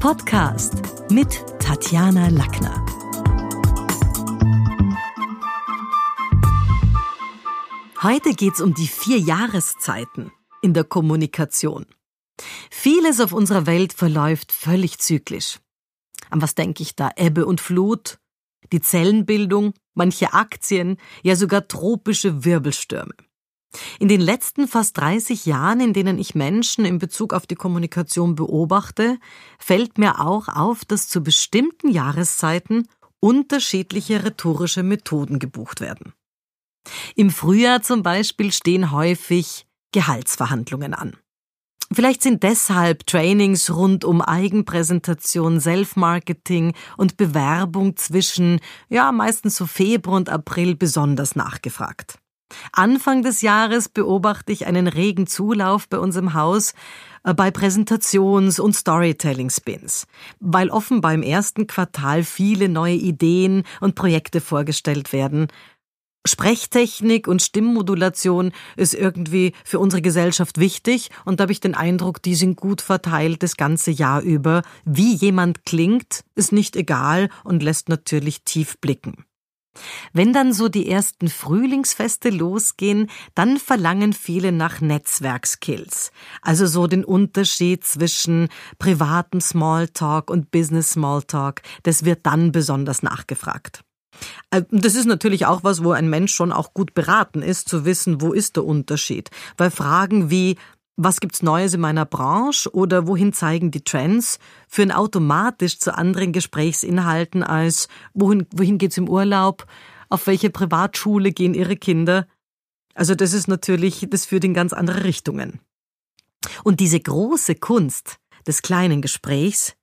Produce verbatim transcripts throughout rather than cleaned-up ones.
Podcast mit Tatjana Lackner. Heute geht's um die vier Jahreszeiten in der Kommunikation. Vieles auf unserer Welt verläuft völlig zyklisch. An was denke ich da? Ebbe und Flut, die Zellenbildung, manche Aktien, ja sogar tropische Wirbelstürme. In den letzten fast dreißig Jahren, in denen ich Menschen in Bezug auf die Kommunikation beobachte, fällt mir auch auf, dass zu bestimmten Jahreszeiten unterschiedliche rhetorische Methoden gebucht werden. Im Frühjahr zum Beispiel stehen häufig Gehaltsverhandlungen an. Vielleicht sind deshalb Trainings rund um Eigenpräsentation, Self-Marketing und Bewerbung zwischen, ja, meistens so Februar und April besonders nachgefragt. Anfang des Jahres beobachte ich einen regen Zulauf bei uns im Haus bei Präsentations- und Storytelling-Spins, weil offenbar im ersten Quartal viele neue Ideen und Projekte vorgestellt werden. Sprechtechnik und Stimmmodulation ist irgendwie für unsere Gesellschaft wichtig und da habe ich den Eindruck, die sind gut verteilt das ganze Jahr über. Wie jemand klingt, ist nicht egal und lässt natürlich tief blicken. Wenn dann so die ersten Frühlingsfeste losgehen, dann verlangen viele nach Netzwerkskills. Also so den Unterschied zwischen privatem Smalltalk und Business Smalltalk, das wird dann besonders nachgefragt. Das ist natürlich auch was, wo ein Mensch schon auch gut beraten ist, zu wissen, wo ist der Unterschied. Weil Fragen wie, was gibt's Neues in meiner Branche oder wohin zeigen die Trends, führen automatisch zu anderen Gesprächsinhalten als, wohin, wohin geht's im Urlaub, auf welche Privatschule gehen ihre Kinder. Also das ist natürlich, das führt in ganz andere Richtungen. Und diese große Kunst des kleinen Gesprächs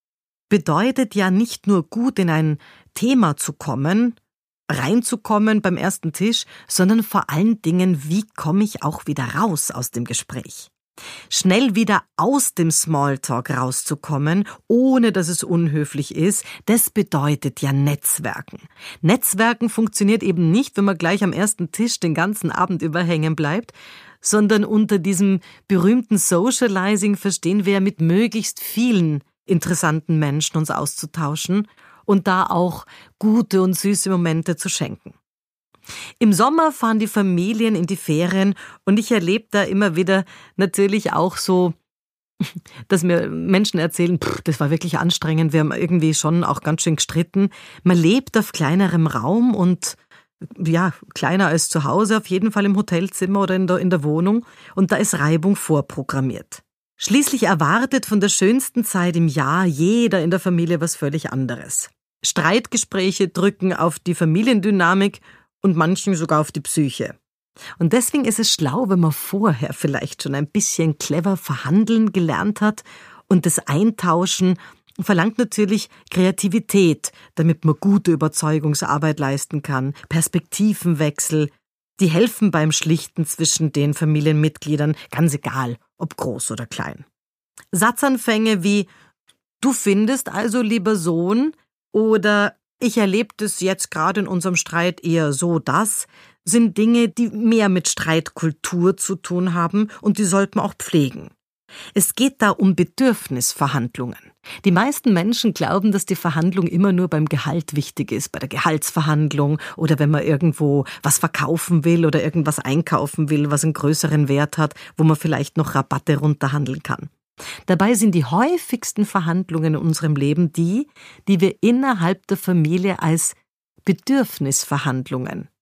bedeutet ja nicht nur gut in ein Thema zu kommen, reinzukommen beim ersten Tisch, sondern vor allen Dingen, wie komme ich auch wieder raus aus dem Gespräch? Schnell wieder aus dem Smalltalk rauszukommen, ohne dass es unhöflich ist, das bedeutet ja Netzwerken. Netzwerken funktioniert eben nicht, wenn man gleich am ersten Tisch den ganzen Abend über hängen bleibt, sondern unter diesem berühmten Socializing verstehen wir mit möglichst vielen interessanten Menschen uns auszutauschen und da auch gute und süße Momente zu schenken. Im Sommer fahren die Familien in die Ferien und ich erlebe da immer wieder natürlich auch so, dass mir Menschen erzählen, pff, das war wirklich anstrengend, wir haben irgendwie schon auch ganz schön gestritten. Man lebt auf kleinerem Raum und ja, kleiner als zu Hause, auf jeden Fall im Hotelzimmer oder in der, in der Wohnung und da ist Reibung vorprogrammiert. Schließlich erwartet von der schönsten Zeit im Jahr jeder in der Familie was völlig anderes. Streitgespräche drücken auf die Familiendynamik und manchen sogar auf die Psyche. Und deswegen ist es schlau, wenn man vorher vielleicht schon ein bisschen clever verhandeln gelernt hat und das Eintauschen verlangt natürlich Kreativität, damit man gute Überzeugungsarbeit leisten kann, Perspektivenwechsel, die helfen beim Schlichten zwischen den Familienmitgliedern, ganz egal, ob groß oder klein. Satzanfänge wie »Du findest also, lieber Sohn« oder »Ich erlebe das jetzt gerade in unserem Streit eher so, das« sind Dinge, die mehr mit Streitkultur zu tun haben und die sollte man auch pflegen. Es geht da um Bedürfnisverhandlungen. Die meisten Menschen glauben, dass die Verhandlung immer nur beim Gehalt wichtig ist, bei der Gehaltsverhandlung oder wenn man irgendwo was verkaufen will oder irgendwas einkaufen will, was einen größeren Wert hat, wo man vielleicht noch Rabatte runterhandeln kann. Dabei sind die häufigsten Verhandlungen in unserem Leben die, die wir innerhalb der Familie als Bedürfnisverhandlungen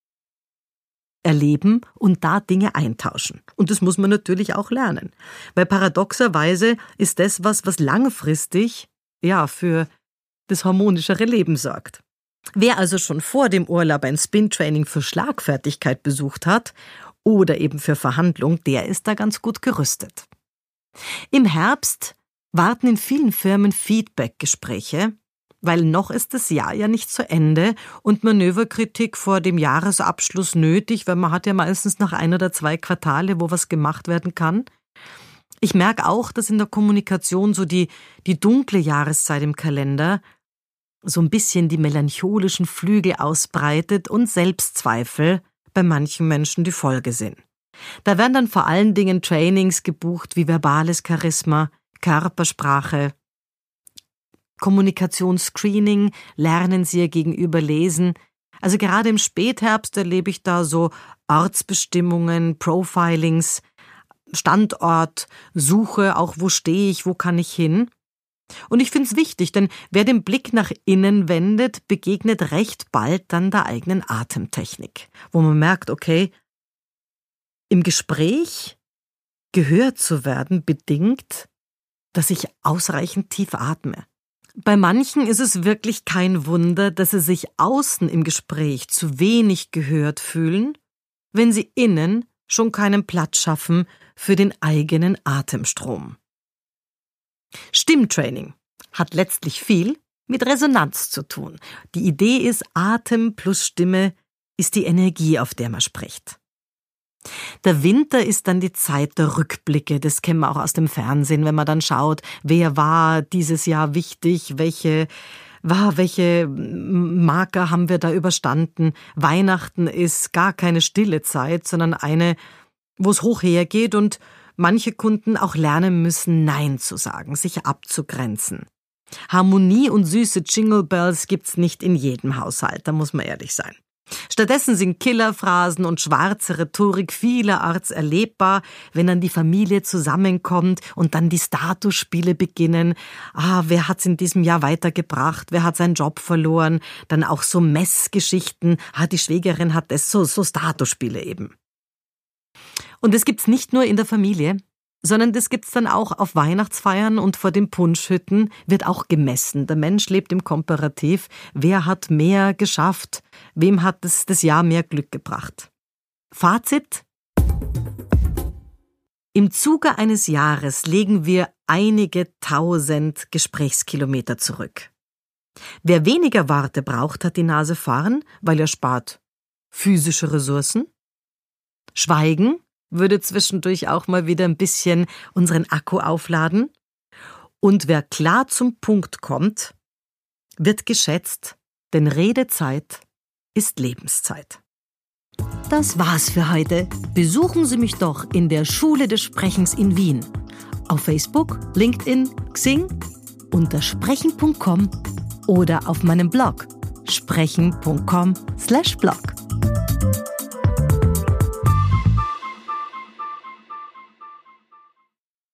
erleben und da Dinge eintauschen. Und das muss man natürlich auch lernen. Weil paradoxerweise ist das was, was langfristig ja für das harmonischere Leben sorgt. Wer also schon vor dem Urlaub ein Spin-Training für Schlagfertigkeit besucht hat oder eben für Verhandlung, der ist da ganz gut gerüstet. Im Herbst warten in vielen Firmen Feedback-Gespräche, weil noch ist das Jahr ja nicht zu Ende und Manöverkritik vor dem Jahresabschluss nötig, weil man hat ja meistens noch ein oder zwei Quartale, wo was gemacht werden kann. Ich merke auch, dass in der Kommunikation so die, die dunkle Jahreszeit im Kalender so ein bisschen die melancholischen Flügel ausbreitet und Selbstzweifel bei manchen Menschen die Folge sind. Da werden dann vor allen Dingen Trainings gebucht wie verbales Charisma, Körpersprache, Kommunikationsscreening, lernen Sie Ihr Gegenüber lesen. Also gerade im Spätherbst erlebe ich da so Ortsbestimmungen, Profilings, Standort, Suche, auch wo stehe ich, wo kann ich hin. Und ich finde es wichtig, denn wer den Blick nach innen wendet, begegnet recht bald dann der eigenen Atemtechnik, wo man merkt, okay, im Gespräch gehört zu werden bedingt, dass ich ausreichend tief atme. Bei manchen ist es wirklich kein Wunder, dass sie sich außen im Gespräch zu wenig gehört fühlen, wenn sie innen schon keinen Platz schaffen für den eigenen Atemstrom. Stimmtraining hat letztlich viel mit Resonanz zu tun. Die Idee ist, Atem plus Stimme ist die Energie, auf der man spricht. Der Winter ist dann die Zeit der Rückblicke, das kennen wir auch aus dem Fernsehen, wenn man dann schaut, wer war dieses Jahr wichtig, welche, war, welche Marker haben wir da überstanden. Weihnachten ist gar keine stille Zeit, sondern eine, wo es hoch hergeht und manche Kunden auch lernen müssen, Nein zu sagen, sich abzugrenzen. Harmonie und süße Jingle Bells gibt's nicht in jedem Haushalt, da muss man ehrlich sein. Stattdessen sind Killerphrasen und schwarze Rhetorik vielerorts erlebbar, wenn dann die Familie zusammenkommt und dann die Statusspiele beginnen. Ah, wer hat's in diesem Jahr weitergebracht? Wer hat seinen Job verloren? Dann auch so Messgeschichten. Ah, die Schwägerin hat das, so, so Statusspiele eben. Und das gibt's nicht nur in der Familie, sondern das gibt's dann auch auf Weihnachtsfeiern und vor den Punschhütten wird auch gemessen. Der Mensch lebt im Komparativ. Wer hat mehr geschafft? Wem hat es das Jahr mehr Glück gebracht? Fazit: Im Zuge eines Jahres legen wir einige tausend Gesprächskilometer zurück. Wer weniger Worte braucht, hat die Nase vorn, weil er spart physische Ressourcen. Schweigen würde zwischendurch auch mal wieder ein bisschen unseren Akku aufladen. Und wer klar zum Punkt kommt, wird geschätzt, denn Redezeit ist Lebenszeit. Das war's für heute. Besuchen Sie mich doch in der Schule des Sprechens in Wien. Auf Facebook, LinkedIn, Xing, unter sprechen punkt com oder auf meinem Blog sprechen punkt com slash blog.